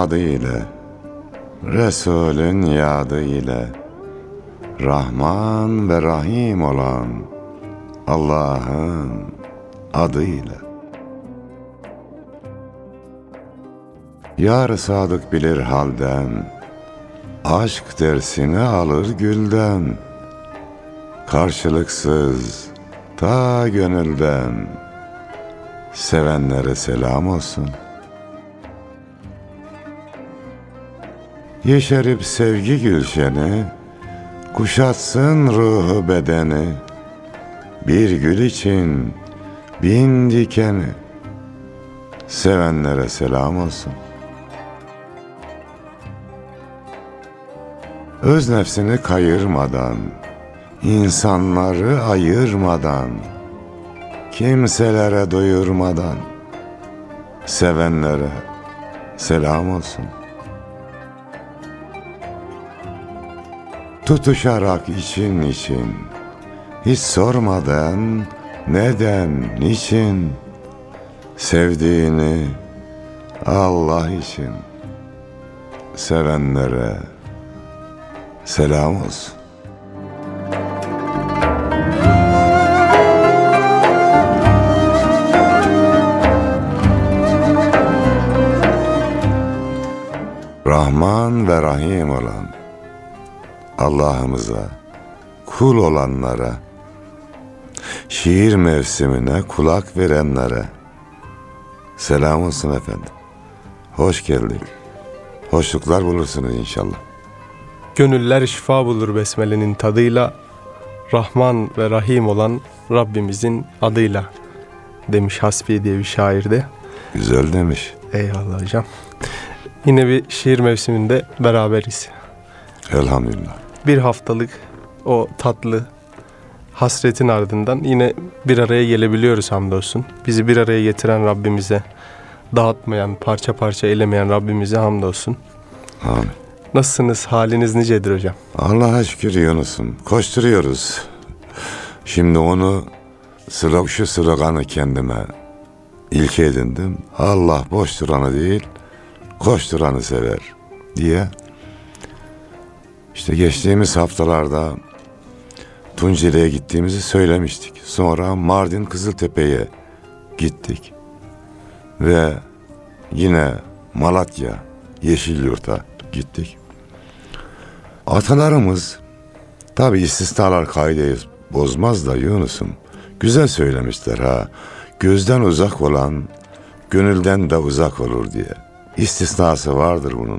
adı ile, Resulün yadı ile, Rahman ve Rahim olan Allah'ın adıyla. Yar sadık bilir halden, aşk dersini alır gülden, karşılıksız ta gönülden, sevenlere selam olsun. Yeşerip sevgi gülşeni, kuşatsın ruhu bedeni, bir gül için bin dikeni, sevenlere selam olsun. Öz nefsini kayırmadan, insanları ayırmadan, kimselere doyurmadan, sevenlere selam olsun. Tutuşarak için, hiç sormadan neden, niçin, sevdiğini Allah için, sevenlere selam olsun. Rahman ve Rahim olan Allah'ımıza, kul olanlara, şiir mevsimine kulak verenlere selam olsun efendim. Hoş geldik. Hoşluklar bulursunuz inşallah. Gönüller şifa bulur besmelenin tadıyla, Rahman ve Rahim olan Rabbimizin adıyla demiş Hasbi diye bir şairde. Güzel demiş. Eyvallah hocam. Yine bir şiir mevsiminde beraberiz. Elhamdülillah. Bir haftalık o tatlı hasretin ardından yine bir araya gelebiliyoruz hamdolsun. Bizi bir araya getiren Rabbimize, dağıtmayan, parça parça eylemeyen Rabbimize hamdolsun. Amin. Nasılsınız? Haliniz nicedir hocam? Allah'a şükür Yunus'um. Koşturuyoruz. Şimdi onu şu sloganı kendime ilke edindim. Allah boş duranı değil, koşturanı sever diye. İşte geçtiğimiz haftalarda Tunceli'ye gittiğimizi söylemiştik. Sonra Mardin Kızıltepe'ye gittik. Ve yine Malatya Yeşilyurt'a gittik. Atalarımız, tabi istisnalar kaideyi bozmaz da Yunus'um, güzel söylemişler ha. Gözden uzak olan gönülden de uzak olur diye. İstisnası vardır bunun.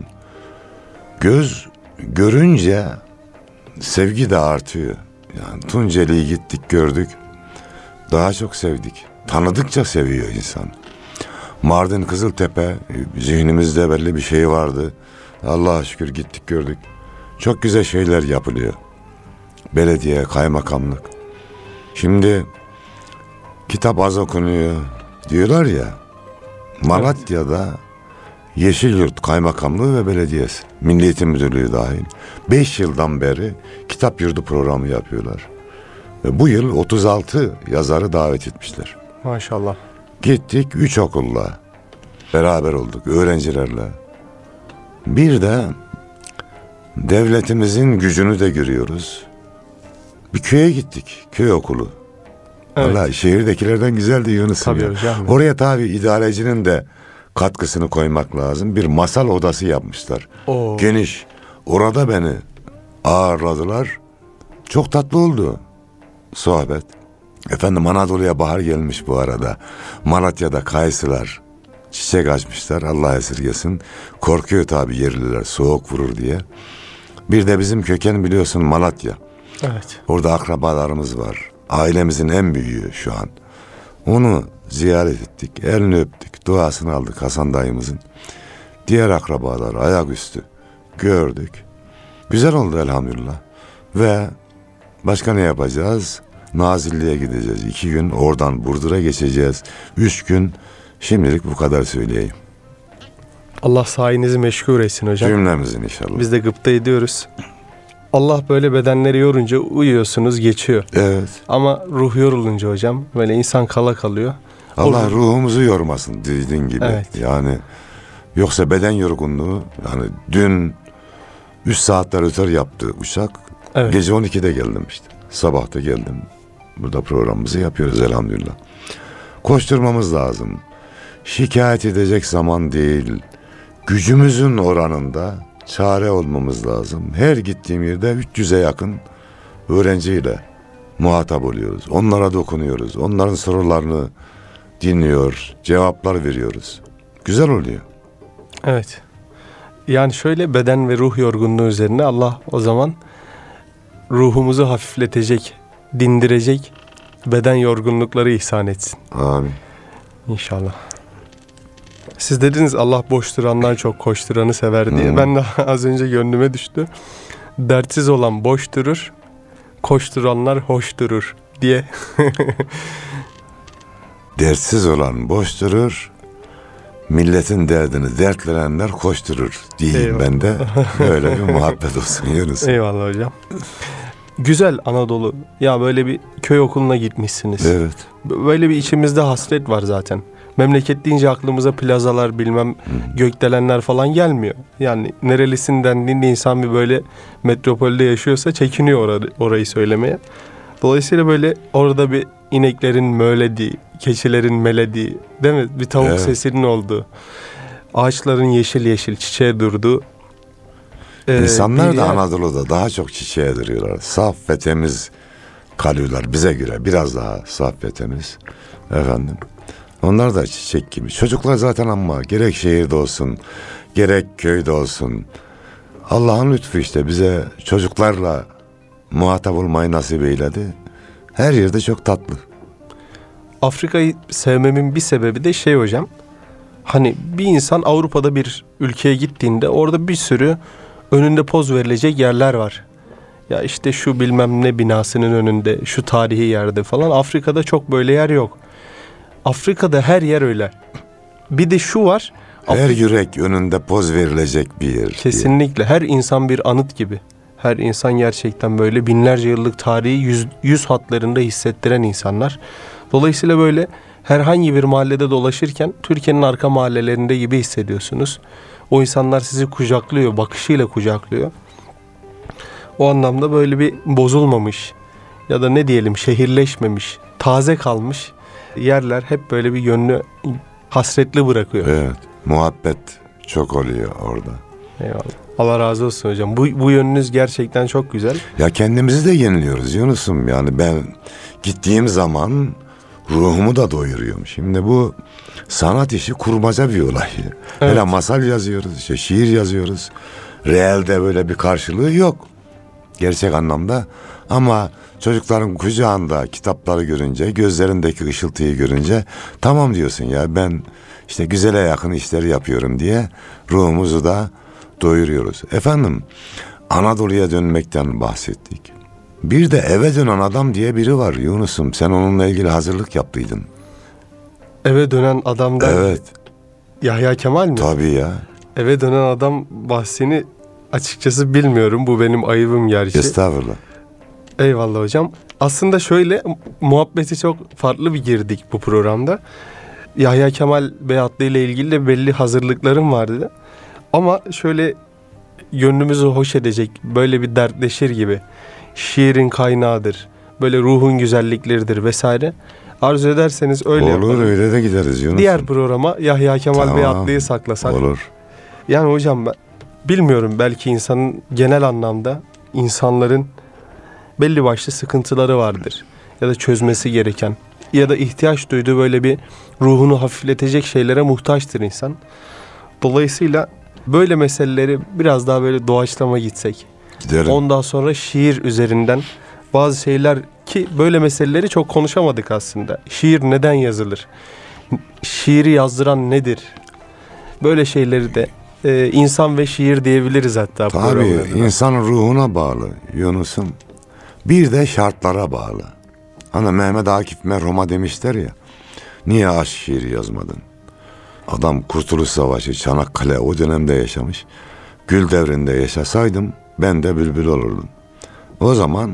Göz görünce sevgi de artıyor. Yani Tunceli'ye gittik, gördük. Daha çok sevdik. Tanıdıkça seviyor insan. Mardin Kızıltepe, zihnimizde belli bir şey vardı. Allah'a şükür gittik, gördük. Çok güzel şeyler yapılıyor. Belediye, kaymakamlık. Şimdi kitap az okunuyor diyorlar ya. Malatya'da Yeşilyurt Kaymakamlığı ve Belediyesi, Milli Eğitim Müdürlüğü dahil 5 yıldan beri kitap yurdu programı yapıyorlar. Ve bu yıl 36 yazarı davet etmişler. Maşallah. Gittik 3 okulla beraber olduk, öğrencilerle. Bir de devletimizin gücünü de görüyoruz. Bir köye gittik, köy okulu. Evet. Vallahi şehirdekilerden güzeldi Yunus'um ya. Hocam. Oraya tabii idarecinin de katkısını koymak lazım. Bir masal odası yapmışlar. Oo. Geniş. Orada beni ağırladılar. Çok tatlı oldu sohbet. Efendim Anadolu'ya bahar gelmiş bu arada. Malatya'da kayısılar çiçek açmışlar. Allah esirgesin. Korkuyor tabii yerliler, soğuk vurur diye. Bir de bizim köken biliyorsun Malatya. Evet. Orada akrabalarımız var. Ailemizin en büyüğü şu an. Onu ziyaret ettik. Elini öptük. Duasını aldık Hasan dayımızın. Diğer akrabalar ayaküstü gördük. Güzel oldu elhamdülillah. Ve başka ne yapacağız? Nazilli'ye gideceğiz. 2 gün oradan Burdur'a geçeceğiz. 3 gün. Şimdilik bu kadar söyleyeyim. Allah sayenizi meşgul etsin hocam. Cümlemizin inşallah. Biz de gıpta ediyoruz. Allah böyle bedenleri yorunca uyuyorsunuz, geçiyor. Evet. Ama ruh yorulunca hocam böyle insan kala kalıyor. Allah ruhumuzu yormasın dediğin gibi. Evet. Yani Yoksa beden yorgunluğu, yani dün 3 saatler öter yaptı uçak. Evet. Gece 12'de geldim işte. Sabah da geldim. Burada programımızı yapıyoruz elhamdülillah. Koşturmamız lazım. Şikayet edecek zaman değil. Gücümüzün oranında çare olmamız lazım. Her gittiğim yerde 300'e yakın öğrenciyle muhatap oluyoruz. Onlara dokunuyoruz. Onların sorularını dinliyor, cevaplar veriyoruz. Güzel oluyor. Evet. Yani şöyle, beden ve ruh yorgunluğu üzerine Allah o zaman ruhumuzu hafifletecek, dindirecek beden yorgunlukları ihsan etsin. Amin. İnşallah. Siz dediniz Allah boş durandan çok koşturanı sever diye. Ben de az önce gönlüme düştü. Dertsiz olan boş durur, koşturanlar hoş durur diye. Dertsiz olan boş durur, milletin derdini dertlenenler koşturur diyeyim. Eyvallah. Ben de. Böyle bir muhabbet olsun Yunus. Eyvallah hocam. Güzel Anadolu. Ya böyle bir köy okuluna gitmişsiniz. Evet. Böyle bir içimizde hasret var zaten. Memleket deyince aklımıza plazalar, bilmem gökdelenler falan gelmiyor. Yani nerelisin dendiğinde insan bir böyle metropolde yaşıyorsa çekiniyor orayı söylemeye. Dolayısıyla böyle orada bir ineklerin mölediği, keçilerin melediği, değil mi? Bir tavuk Evet. sesinin olduğu, ağaçların yeşil yeşil çiçeğe durduğu. İnsanlar bir da yer. Anadolu'da daha çok çiçeğe duruyorlar. Saf ve temiz kalıyorlar bize göre. Biraz daha saf ve temiz. Efendim. Onlar da çiçek gibi. Çocuklar zaten ama gerek şehirde olsun, gerek köyde olsun. Allah'ın lütfu işte bize çocuklarla muhatap olmayı nasip eyledi. Her yerde çok tatlı. Afrika'yı sevmemin bir sebebi de şey hocam. Hani bir insan Avrupa'da bir ülkeye gittiğinde orada bir sürü önünde poz verilecek yerler var. Ya işte şu bilmem ne binasının önünde, şu tarihi yerde falan. Afrika'da çok böyle yer yok. Afrika'da her yer öyle. Bir de şu var. Her yürek önünde poz verilecek bir yer. diye. Kesinlikle her insan bir anıt gibi. Her insan gerçekten böyle binlerce yıllık tarihi yüz hatlarında hissettiren insanlar. Dolayısıyla böyle herhangi bir mahallede dolaşırken Türkiye'nin arka mahallelerinde gibi hissediyorsunuz. O insanlar sizi kucaklıyor, bakışıyla kucaklıyor. O anlamda böyle bir bozulmamış ya da ne diyelim şehirleşmemiş, taze kalmış yerler hep böyle bir yönünü hasretli bırakıyor. Evet. Muhabbet çok oluyor orada. Eyvallah. Allah razı olsun hocam. Bu yönünüz gerçekten çok güzel. Ya kendimizi de yeniliyoruz Yunus'um. Yani ben gittiğim zaman ruhumu da doyuruyorum. Şimdi bu sanat işi kurmaca bir olay. Evet. Hele masal yazıyoruz, işte şiir yazıyoruz. Realde böyle bir karşılığı yok. Gerçek anlamda. Ama çocukların kucağında kitapları görünce, gözlerindeki ışıltıyı görünce tamam diyorsun ya ben işte güzele yakın işleri yapıyorum diye ruhumuzu da doyuruyoruz. Efendim Anadolu'ya dönmekten bahsettik. Bir de eve dönen adam diye biri var Yunus'um. Sen onunla ilgili hazırlık yaptıydın. Eve dönen adamdan Evet. Yahya Kemal mi? Tabii ya. Eve dönen adam bahsini açıkçası bilmiyorum. Bu benim ayıbım gerçi. Estağfurullah. Eyvallah hocam. Aslında şöyle muhabbeti çok farklı bir girdik bu programda. Yahya Kemal Beyatlı ile ilgili de belli hazırlıklarım vardı. Ama şöyle gönlümüzü hoş edecek böyle bir dertleşir gibi. Şiirin kaynağıdır. Böyle ruhun güzellikleridir vesaire. Arzu ederseniz öyle Olur yapalım. öyle de gideriz Yunus'um. Diğer programa Yahya Kemal Tamam. Beyatlı'yı saklasak. Olur. Yani hocam ben bilmiyorum, belki insanın genel anlamda insanların belli başlı sıkıntıları vardır. Ya da çözmesi gereken ya da ihtiyaç duyduğu böyle bir ruhunu hafifletecek şeylere muhtaçtır insan. Dolayısıyla böyle meseleleri biraz daha böyle doğaçlama gitsek. Giderim. Ondan sonra şiir üzerinden bazı şeyler ki böyle meseleleri çok konuşamadık aslında. Şiir neden yazılır? Şiiri yazdıran nedir? Böyle şeyleri de insan ve şiir diyebiliriz hatta. Tabii programlarına. insanın ruhuna bağlı Yunus'um. Bir de şartlara bağlı. Hani Mehmet Akif merhuma demişler ya. Niye aşk şiiri yazmadın? Adam Kurtuluş Savaşı, Çanakkale o dönemde yaşamış. Gül devrinde yaşasaydım ben de bülbül olurdum. O zaman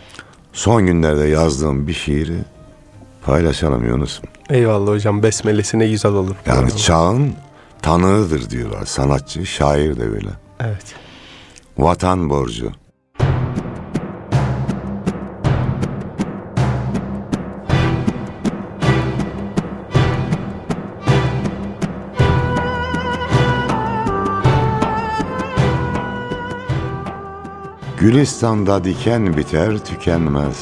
son günlerde yazdığım bir şiiri paylaşalım Yunus'um. Eyvallah hocam, besmelesine güzel olur. Yani çağın tanığıdır diyorlar sanatçı, şair de öyle. Evet. Vatan borcu. Gülistan'da diken biter tükenmez.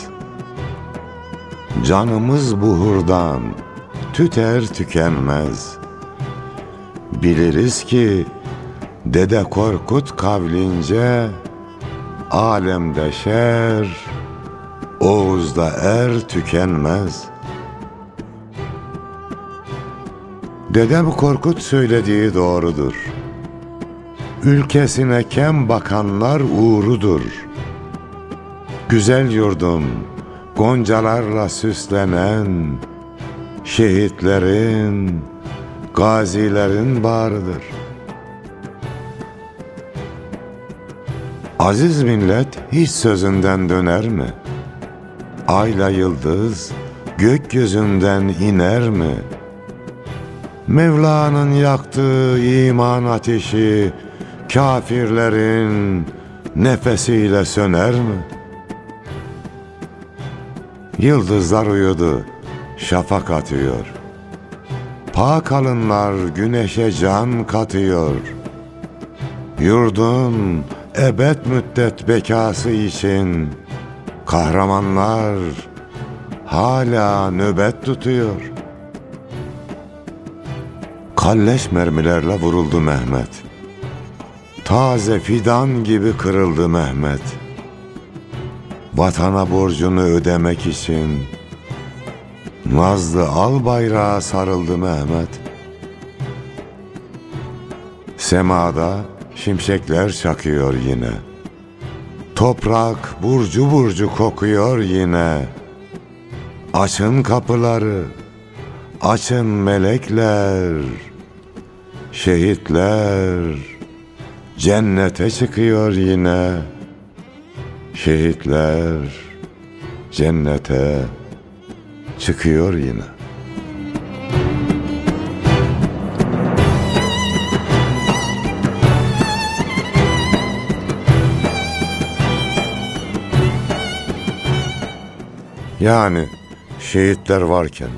Canımız buhurdan tüter tükenmez. Biliriz ki Dede Korkut kavlince alemde şer, Oğuz'da er tükenmez. Dedem Korkut söylediği doğrudur. Ülkesine kem bakanlar uğrudur. Güzel yurdum, goncalarla süslenen, şehitlerin, gazilerin bağrıdır. Aziz millet hiç sözünden döner mi? Ayla yıldız gökyüzünden iner mi? Mevla'nın yaktığı iman ateşi kafirlerin nefesiyle söner mi? Yıldızlar uyudu, şafak atıyor. Pak alınlar güneşe can katıyor. Yurdun ebed müddet bekası için kahramanlar hala nöbet tutuyor. Kalleş mermilerle vuruldu Mehmet. Taze fidan gibi kırıldı Mehmet. Vatana borcunu ödemek için nazlı al bayrağa sarıldı Mehmet. Semada şimşekler çakıyor yine. Toprak burcu burcu kokuyor yine. Açın kapıları, açın melekler. Şehitler cennete çıkıyor yine. Şehitler cennete çıkıyor yine. Yani şehitler varken,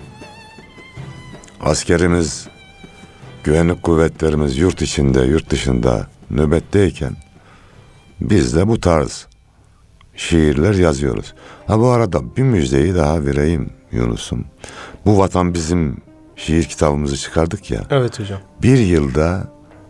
askerimiz, güvenlik kuvvetlerimiz yurt içinde, yurt dışında nöbetteyken biz de bu tarz şiirler yazıyoruz. Ha, bu arada bir müjdeyi daha vereyim Yunus'um. Bu Vatan Bizim şiir kitabımızı çıkardık ya. Evet hocam. Bir yılda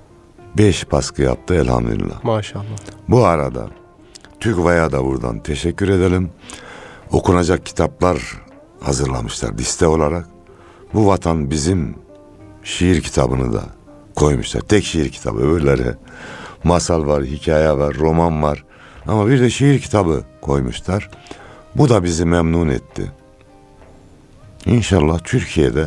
5 baskı yaptı elhamdülillah. Maşallah. Bu arada TÜGVA'ya da buradan teşekkür edelim. Okunacak kitaplar hazırlamışlar liste olarak. Bu Vatan Bizim şiir kitabını da koymuşlar. Tek şiir kitabı, öbürleri masal var, hikaye var, roman var. Ama bir de şiir kitabı koymuşlar. Bu da bizi memnun etti. İnşallah Türkiye'de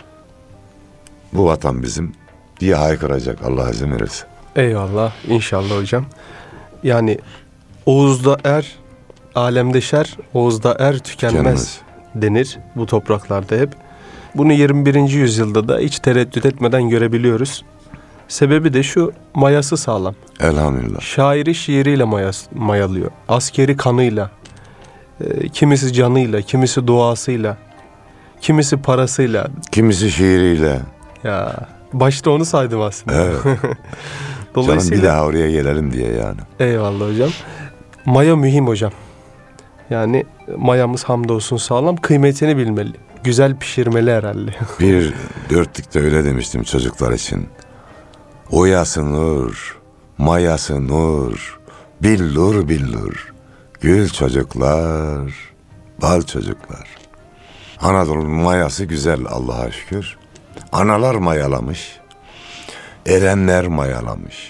bu vatan bizim diye haykıracak Allah izin verirse. Eyvallah. İnşallah hocam. Yani Oğuz'da er, alemde şer, Oğuz'da er tükenmez denir bu topraklarda hep. Bunu 21. yüzyılda da hiç tereddüt etmeden görebiliyoruz. Sebebi de şu, mayası sağlam. Elhamdülillah. Şairi şiiriyle mayalıyor. Askeri kanıyla, kimisi canıyla, kimisi duasıyla, kimisi parasıyla. Kimisi şiiriyle. Ya başta onu saydım aslında. Evet. Dolayısıyla Canım bir daha oraya gelelim diye yani. Eyvallah hocam. Maya mühim hocam. Yani mayamız hamdolsun sağlam, kıymetini bilmeli. Güzel pişirmeli herhalde. Bir dörtlükte öyle demiştim çocuklar için. Oyası nur, mayası nur, billur billur, gül çocuklar, bal çocuklar. Anadolu'nun mayası güzel Allah'a şükür. Analar mayalamış, erenler mayalamış,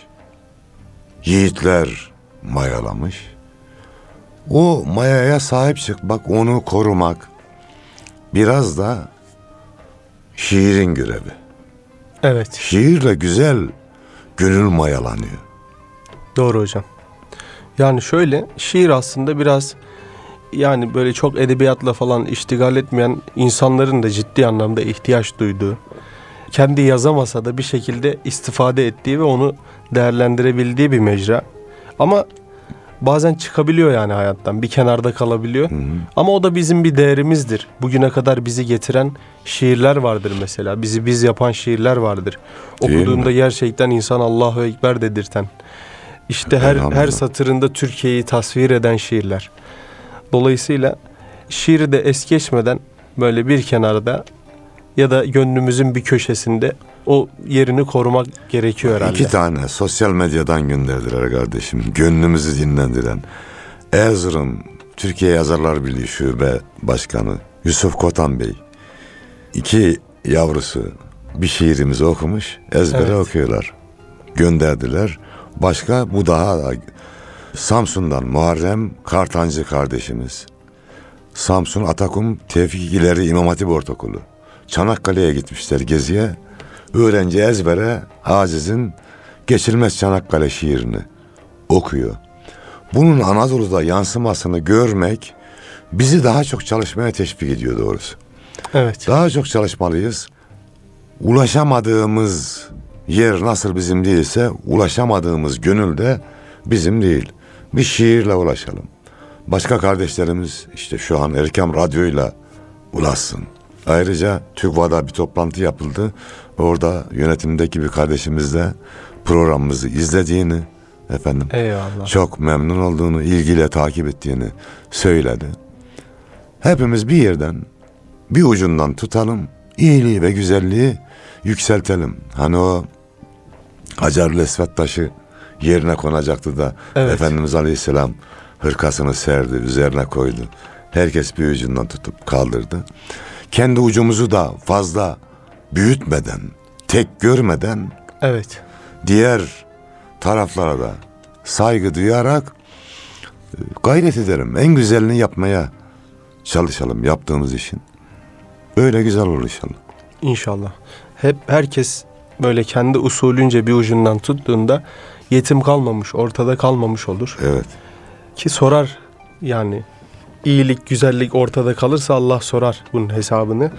yiğitler mayalamış. O mayaya sahip çıkmak, onu korumak biraz da şiirin görevi. Evet. Şiirle güzel gönül mayalanıyor. Doğru hocam. Yani şöyle, şiir aslında biraz yani böyle çok edebiyatla falan iştigal etmeyen insanların da ciddi anlamda ihtiyaç duyduğu, kendi yazamasa da bir şekilde istifade ettiği ve onu değerlendirebildiği bir mecra. Ama bazen çıkabiliyor yani hayattan, bir kenarda kalabiliyor. Ama o da bizim bir değerimizdir. Bugüne kadar bizi getiren şiirler vardır mesela. Bizi biz yapan şiirler vardır. Değil Okuduğunda mi? gerçekten insan Allahu Ekber dedirten. İşte her Elhamdülillah. satırında Türkiye'yi tasvir eden şiirler. Dolayısıyla şiiri de es geçmeden böyle bir kenarda ya da gönlümüzün bir köşesinde o yerini korumak gerekiyor herhalde. 2 tane sosyal medyadan gönderdiler kardeşim. Gönlümüzü dinlendiren. Erzurum Türkiye Yazarlar Birliği Şube Başkanı Yusuf Kotan Bey. 2 yavrusu bir şiirimizi okumuş. Ezbere Evet. okuyorlar. Gönderdiler. Başka bu daha Samsun'dan Muharrem Kartancı kardeşimiz. Samsun Atakum Tevfik İleri İmam Hatip Ortaokulu. Çanakkale'ye gitmişler geziye. Öğrenci ezbere Aciz'in Geçilmez Çanakkale şiirini okuyor. Bunun Anadolu'da yansımasını görmek bizi daha çok çalışmaya teşvik ediyor doğrusu. Evet. Daha çok çalışmalıyız. Ulaşamadığımız yer nasıl bizim değilse ulaşamadığımız gönül de bizim değil. Bir şiirle ulaşalım. Başka kardeşlerimiz işte şu an Erkam Radyo'yla ulaşsın. Ayrıca TÜGVA'da bir toplantı yapıldı. Orada yönetimdeki bir kardeşimiz de programımızı izlediğini, efendim, Eyvallah. çok memnun olduğunu, ilgiyle takip ettiğini söyledi. Hepimiz bir yerden, bir ucundan tutalım, iyiliği ve güzelliği yükseltelim. Hani o Hacer-ül Esved taşı yerine konacaktı da Evet. Efendimiz Aleyhisselam hırkasını serdi, üzerine koydu. Herkes bir ucundan tutup kaldırdı. Kendi ucumuzu da fazla büyütmeden, tek görmeden Evet. diğer taraflara da saygı duyarak gayret edelim. En güzelini yapmaya çalışalım yaptığımız işin. Öyle güzel olur inşallah. İnşallah. Hep herkes böyle kendi usulünce bir ucundan tuttuğunda yetim kalmamış, ortada kalmamış olur. Evet. Ki sorar yani, iyilik, güzellik ortada kalırsa Allah sorar bunun hesabını.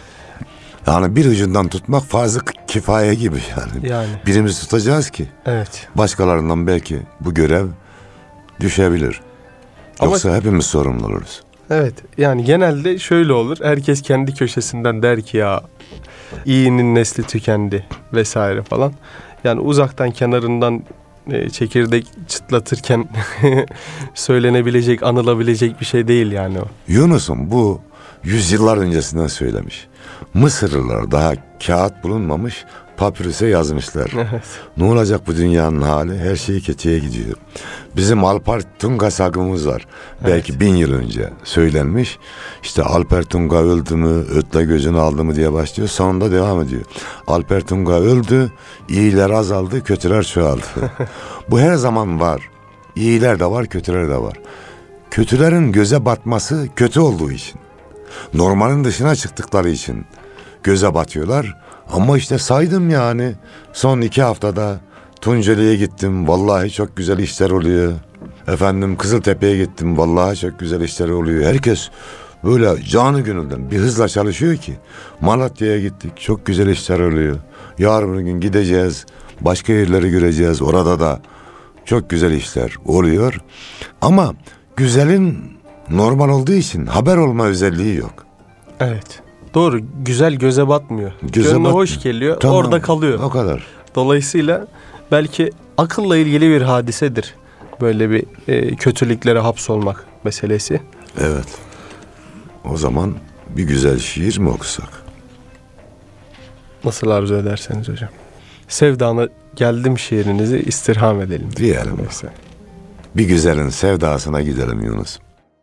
Yani bir ucundan tutmak farz-ı kifaye gibi yani. Yani. Birimiz tutacağız ki Evet. başkalarından belki bu görev düşebilir. Ama- Yoksa hepimiz sorumlu oluruz. Evet. Yani genelde şöyle olur. Herkes kendi köşesinden der ki ya iyinin nesli tükendi vesaire falan. Yani uzaktan kenarından çekirdek çıtlatırken söylenebilecek, anılabilecek bir şey değil yani o. Yunus'un bu yüzyıllar öncesinden söylemiş. Mısırlılar daha kağıt bulunmamış, papirüse yazmışlar. Evet. Ne olacak bu dünyanın hali? Her şey kötüye gidiyor. Bizim Alper Tunga sagımız var. Belki 1000 yıl önce söylenmiş. İşte Alper Tunga öldü mü, ötle gözünü aldı mı diye başlıyor. Sonunda devam ediyor. Alper Tunga öldü, iyiler azaldı, kötüler çoğaldı. Bu her zaman var. İyiler de var, kötüler de var. Kötülerin göze batması kötü olduğu için. Normalin dışına çıktıkları için göze batıyorlar. Ama işte saydım yani. Son 2 haftada Tunceli'ye gittim. Vallahi çok güzel işler oluyor. Efendim Kızıltepe'ye gittim. Vallahi çok güzel işler oluyor. Herkes böyle canı gönülden bir hızla çalışıyor ki. Malatya'ya gittik. Çok güzel işler oluyor. Yarın bir gün gideceğiz. Başka yerleri göreceğiz. Orada da çok güzel işler oluyor. Ama güzelin normal olduğu için haber olma özelliği yok. Evet. Doğru. Güzel göze batmıyor. Göze Gönlüne batmıyor. hoş geliyor. Tamam, Orada kalıyor. O kadar. Dolayısıyla belki akılla ilgili bir hadisedir. Böyle bir kötülüklere hapsolmak meselesi. Evet. O zaman bir güzel şiir mi okusak? Nasıl arzu ederseniz hocam. Sevdana geldim şiirinizi istirham edelim. Diyelim. Neyse. Bir güzelin sevdasına gidelim Yunus.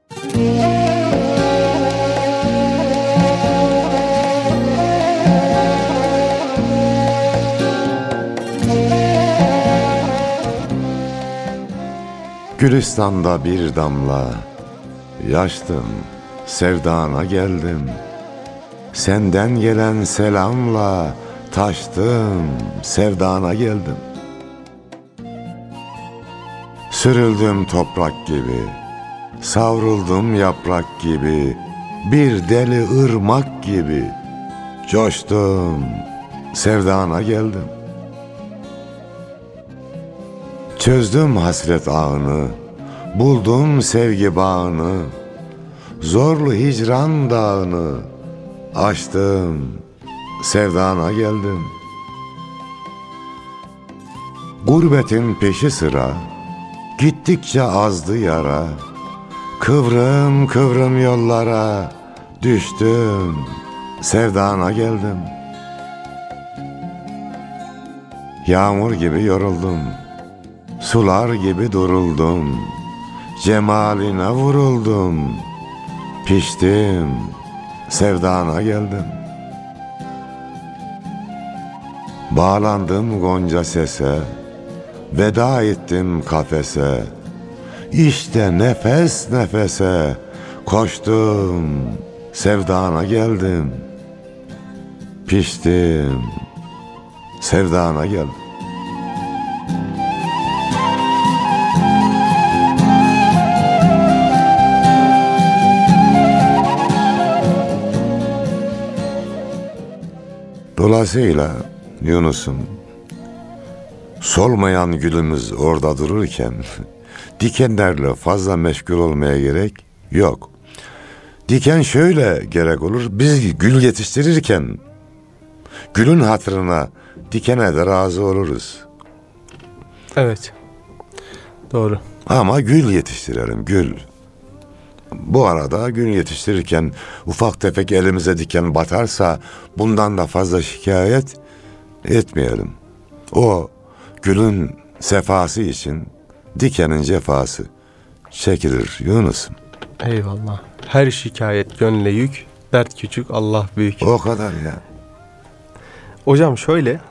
Gülistan'da bir damla yaştım, sevdana geldim. Senden gelen selamla taştım, sevdana geldim. Sürüldüm toprak gibi, savruldum yaprak gibi, bir deli ırmak gibi. Coştum, sevdana geldim. Çözdüm hasret ağını, buldum sevgi bağını, zorlu hicran dağını aştım, sevdana geldim. Gurbetin peşi sıra, gittikçe azdı yara, kıvrım kıvrım yollara düştüm, sevdana geldim. Yağmur gibi yoruldum, sular gibi duruldum, cemaline vuruldum, piştim, sevdana geldim. Bağlandım gonca sese, veda ettim kafese, İşte nefes nefese koştum, sevdana geldim, piştim, sevdana geldim. Dolayısıyla Yunus'um, solmayan gülümüz orada dururken dikenlerle fazla meşgul olmaya gerek yok. Diken şöyle gerek olur, biz gül yetiştirirken gülün hatırına dikene de razı oluruz. Evet. Doğru. Ama gül yetiştirelim, gül. Bu arada gül yetiştirirken ufak tefek elimize diken batarsa bundan da fazla şikayet etmeyelim. O gülün sefası için dikenin cefası çekilir Yunus'um. Eyvallah. Her şikayet gönle yük, dert küçük Allah büyük. O kadar ya. Hocam şöyle,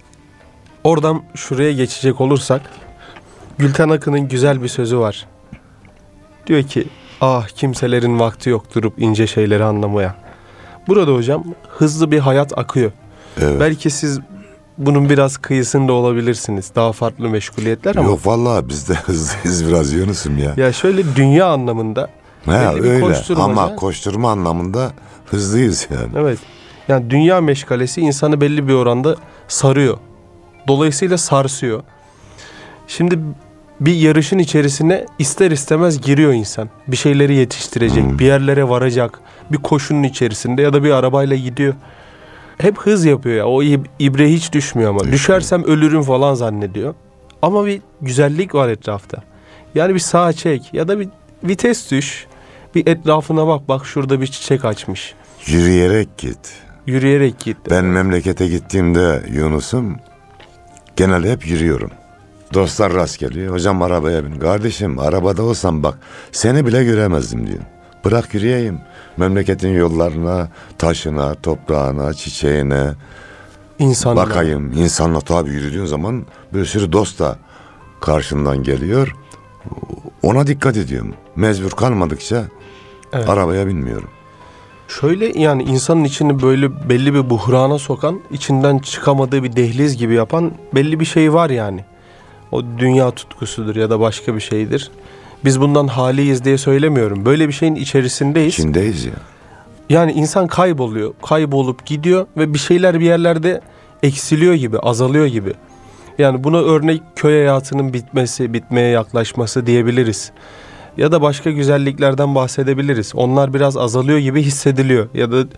oradan şuraya geçecek olursak, Gülten Akın'ın güzel bir sözü var. Diyor ki, ah kimselerin vakti yok durup ince şeyleri anlamaya. Burada hocam hızlı bir hayat akıyor. Evet. Belki siz bunun biraz kıyısında olabilirsiniz. Daha farklı meşguliyetler ama. Yok vallahi biz de hızlıyız biraz Yunus'um ya. Ya şöyle dünya anlamında. Öyle ama koşturma anlamında hızlıyız yani. Evet. Yani dünya meşgalesi insanı belli bir oranda sarıyor. Dolayısıyla sarsıyor. Şimdi bir yarışın içerisine ister istemez giriyor insan. Bir şeyleri yetiştirecek, bir yerlere varacak. Bir koşunun içerisinde ya da bir arabayla gidiyor. Hep hız yapıyor ya. O ibre hiç düşmüyor ama. Düşersem ölürüm falan zannediyor. Ama bir güzellik var etrafta. Yani bir sağa çek ya da bir vites düş. Bir etrafına bak. Bak şurada bir çiçek açmış. Yürüyerek git. Yürüyerek git. Ben memlekete gittiğimde Yunus'um genelde hep yürüyorum. Dostlar rast geliyor. Hocam arabaya bin. Kardeşim arabada olsam bak seni bile göremezdim diyor. Bırak yürüyeyim. Memleketin yollarına, taşına, toprağına, çiçeğine İnsanlar. bakayım. İnsanla tabii yürüdüğün zaman bir sürü dost da karşından geliyor. Ona dikkat ediyorum. Mecbur kalmadıkça arabaya binmiyorum. Şöyle yani insanın içini böyle belli bir buhrana sokan, içinden çıkamadığı bir dehliz gibi yapan belli bir şey var yani. O dünya tutkusudur ya da başka bir şeydir. Biz bundan haliyiz diye söylemiyorum. Böyle bir şeyin içerisindeyiz. İçindeyiz ya. Yani insan kayboluyor. Kaybolup gidiyor ve bir şeyler bir yerlerde eksiliyor gibi, azalıyor gibi. Yani buna örnek köy hayatının bitmesi, bitmeye yaklaşması diyebiliriz. Ya da başka güzelliklerden bahsedebiliriz. Onlar biraz azalıyor gibi hissediliyor. Ya da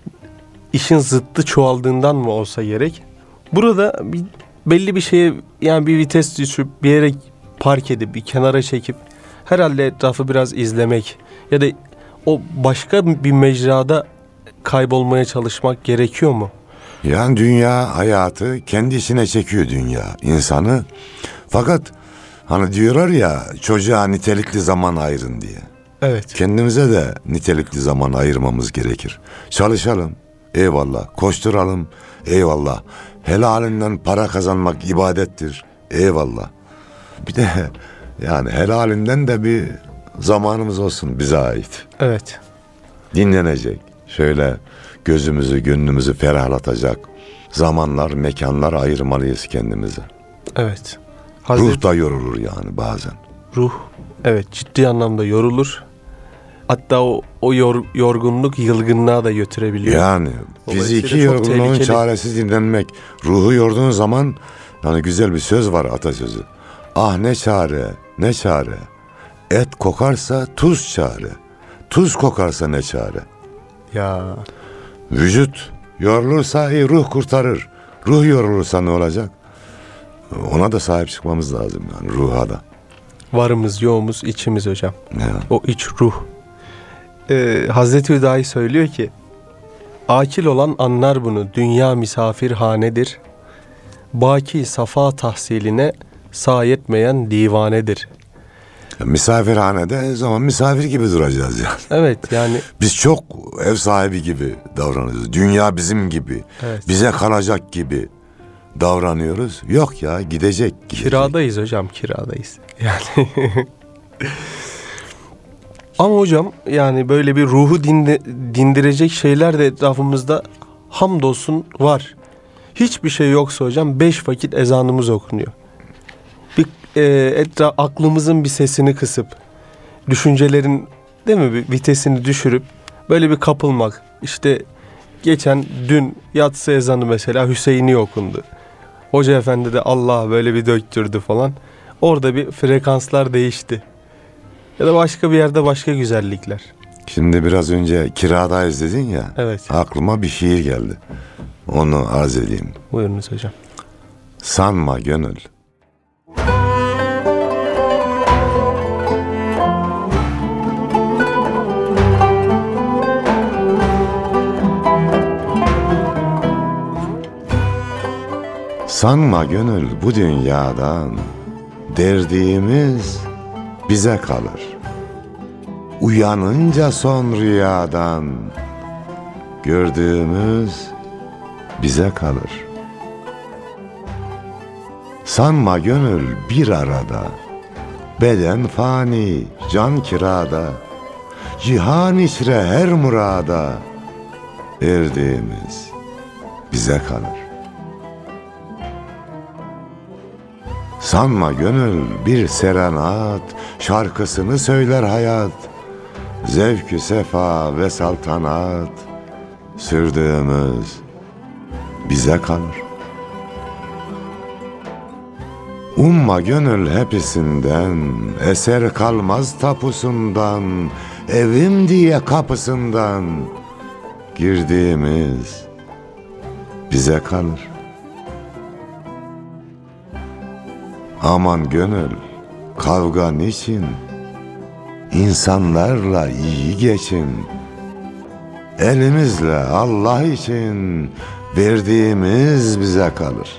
işin zıttı çoğaldığından mı olsa gerek. Burada belli bir şeye yani bir vites düşüp bir yere park edip bir kenara çekip herhalde etrafı biraz izlemek ya da o başka bir mecrada kaybolmaya çalışmak gerekiyor mu? Yani dünya hayatı kendisine çekiyor dünya insanı. Fakat hani diyorlar ya çocuğa nitelikli zaman ayırın diye. Evet. Kendimize de nitelikli zaman ayırmamız gerekir. Çalışalım, eyvallah. Koşturalım, eyvallah. Helalinden para kazanmak ibadettir, eyvallah. Bir de yani helalinden de bir zamanımız olsun bize ait. Evet. Dinlenecek, şöyle gözümüzü, gönlümüzü ferahlatacak zamanlar, mekanlar ayırmalıyız kendimize. Evet. Ruh da yorulur yani bazen. Ruh evet ciddi anlamda yorulur. Hatta o yorgunluk yılgınlığa da götürebiliyor. Yani Dolayısıyla fiziki çok yorgunluğun tehlikeli. çaresiz dinlenmek. Ruhu yorduğun zaman, yani güzel bir söz var, atasözü. Ah ne çare, ne çare. Et kokarsa tuz çare. Tuz kokarsa ne çare. Ya Vücut yorulursa ruh kurtarır. Ruh yorulursa ne olacak? Ona da sahip çıkmamız lazım, yani ruha da. varımız yoğumuz içimiz hocam. Yani. O iç ruh. Hazreti Hüdayi söylüyor ki, akil olan anlar bunu, dünya misafirhanedir. Baki safa tahsiline sayetmeyen divanedir. Misafirhanede zaman misafir gibi duracağız yani. Evet yani Biz çok ev sahibi gibi davranıyoruz. Dünya bizim gibi. evet. Bize kalacak gibi davranıyoruz. Yok ya, gidecek. Kiradayız hocam, kiradayız. Yani ama hocam yani böyle bir ruhu dindirecek şeyler de etrafımızda hamdolsun var. Hiçbir şey yoksa hocam 5 vakit ezanımız okunuyor. Bir aklımızın bir sesini kısıp, düşüncelerin değil mi bir vitesini düşürüp böyle bir kapılmak. İşte dün yatsı ezanı mesela Hüseyin'i okundu. Hoca efendi de Allah böyle bir döktürdü falan. Orada bir frekanslar değişti. Ya da başka bir yerde başka güzellikler. Şimdi biraz önce kiradayız dedin ya. Evet. Aklıma bir şiir geldi. Onu arz edeyim. Buyurunuz hocam. Sanma gönül. Sanma gönül bu dünyadan, derdimiz bize kalır. Uyanınca son rüyadan, gördüğümüz bize kalır. Sanma gönül bir arada, beden fani, can kirada, cihan içre her murada, erdiğimiz bize kalır. Sanma gönül bir serenat, şarkısını söyler hayat, zevkü sefa ve saltanat, sürdüğümüz bize kalır. Umma gönül hepsinden, eser kalmaz tapusundan, evim diye kapısından, girdiğimiz bize kalır. Aman gönül, kavga niçin? İnsanlarla iyi geçin. Elimizle Allah için verdiğimiz bize kalır.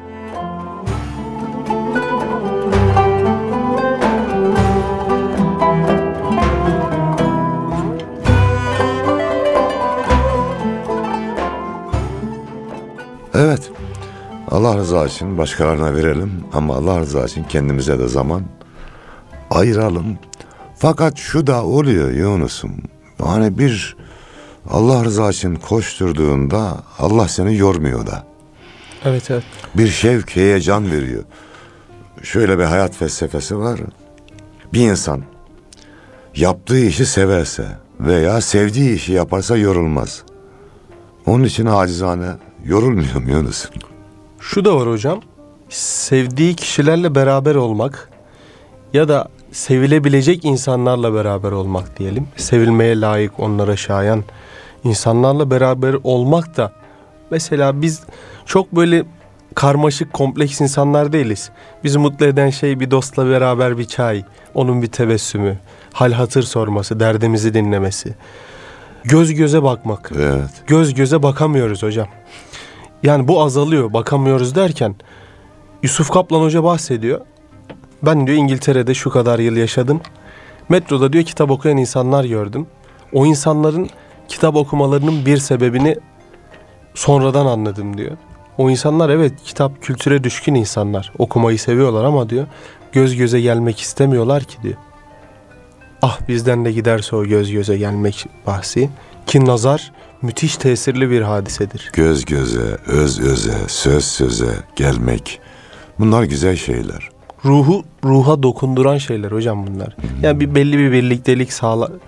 Evet. Allah rızası için başkalarına verelim ama Allah rızası için kendimize de zaman ayıralım. Fakat şu da oluyor Yunus'um. Yani bir Allah rızası için koşturduğunda Allah seni yormuyor da. Evet. Bir şevk, heyecan veriyor. Şöyle bir hayat felsefesi var. Bir insan yaptığı işi severse veya sevdiği işi yaparsa yorulmaz. Onun için acizane yorulmuyor mu Yunus'um? Şu da var hocam. Sevdiği kişilerle beraber olmak ya da sevilebilecek insanlarla beraber olmak diyelim. Sevilmeye layık, onlara şayan insanlarla beraber olmak da mesela biz çok böyle karmaşık, kompleks insanlar değiliz. Bizi mutlu eden şey bir dostla beraber bir çay, onun bir tebessümü, hal hatır sorması, derdimizi dinlemesi. Göz göze bakmak. Evet. Göz göze bakamıyoruz hocam. Yani bu azalıyor, bakamıyoruz derken Yusuf Kaplan Hoca bahsediyor. Ben diyor İngiltere'de şu kadar yıl yaşadım. Metroda diyor kitap okuyan insanlar gördüm. O insanların kitap okumalarının bir sebebini sonradan anladım diyor. O insanlar evet kitap kültüre düşkün insanlar. Okumayı seviyorlar ama diyor göz göze gelmek istemiyorlar ki diyor. Ah bizden de giderse o göz göze gelmek bahsi. Ki nazar müthiş tesirli bir hadisedir. Göz göze, öz öze, söz söze gelmek. Bunlar güzel şeyler. Ruha dokunduran şeyler hocam bunlar. Yani belli bir birliktelik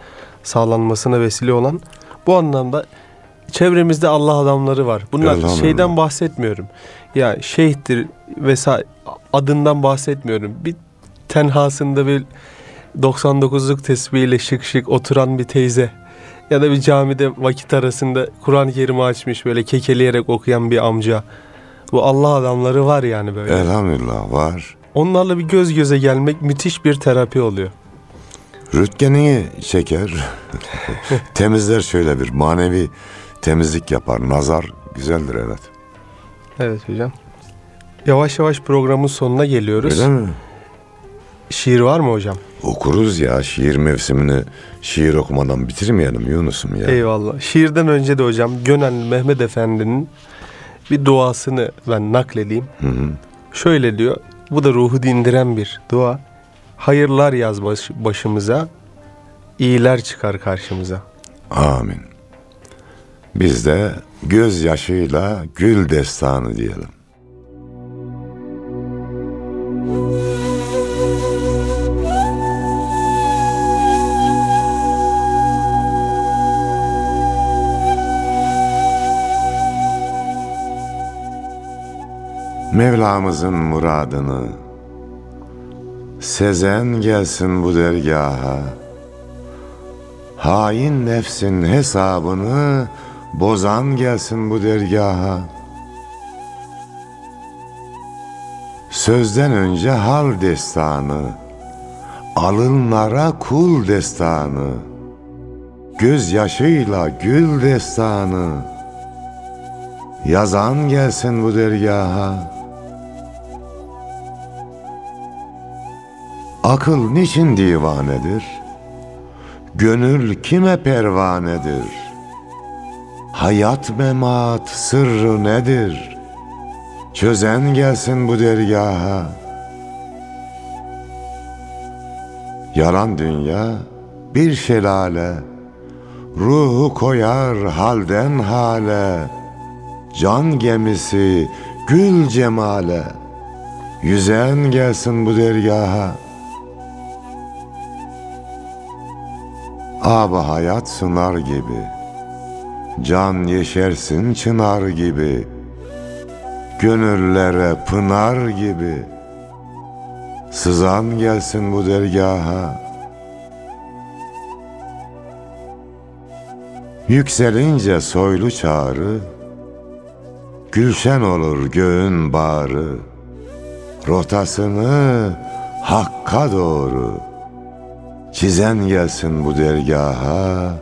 sağlanmasına vesile olan. Bu anlamda çevremizde Allah adamları var. Bunlar şeyden bahsetmiyorum. Ya şeyhtir vesaire adından bahsetmiyorum. Bir tenhasında bir 99'luk tesbihiyle şık şık oturan bir teyze ya da bir camide vakit arasında Kur'an-ı Kerim'i açmış böyle kekeleyerek okuyan bir amca. Bu Allah adamları var yani böyle. Elhamdülillah var. Onlarla bir göz göze gelmek müthiş bir terapi oluyor. Rütgenini çeker. Temizler, şöyle bir manevi temizlik yapar. Nazar güzeldir, evet. Evet hocam. Yavaş yavaş programın sonuna geliyoruz. Öyle mi? Şiir var mı hocam? Okuruz ya, şiir mevsimini şiir okumadan bitirmeyelim Yunus'um ya. Eyvallah. Şiirden önce de hocam Gönenli Mehmet Efendi'nin bir duasını ben nakledeyim. Şöyle diyor. Bu da ruhu dindiren bir dua. Hayırlar yaz başımıza, iyiler çıkar karşımıza. Amin. Biz de gözyaşıyla gül destanı diyelim. Mevlamızın muradını sezen gelsin bu dergaha. Hain nefsin hesabını bozan gelsin bu dergaha. Sözden önce hal destanı, alınlara kul destanı, gözyaşıyla gül destanı, yazan gelsin bu dergaha. Akıl niçin divanedir? Gönül kime pervanedir? Hayat memat sırrı nedir? Çözen gelsin bu dergaha. Yalan dünya bir şelale, ruhu koyar halden hale. Can gemisi gül cemale, yüzen gelsin bu dergaha. Ab hayat sınar gibi, can yeşersin çınar gibi, gönüllere pınar gibi, sızan gelsin bu dergaha. Yükselince soylu çağrı, gülşen olur göğün bağrı, rotasını Hakk'a doğru, çizen gelsin bu dergaha.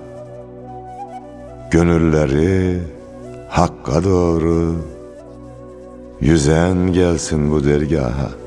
Gönülleri Hakk'a doğru, yüzen gelsin bu dergaha.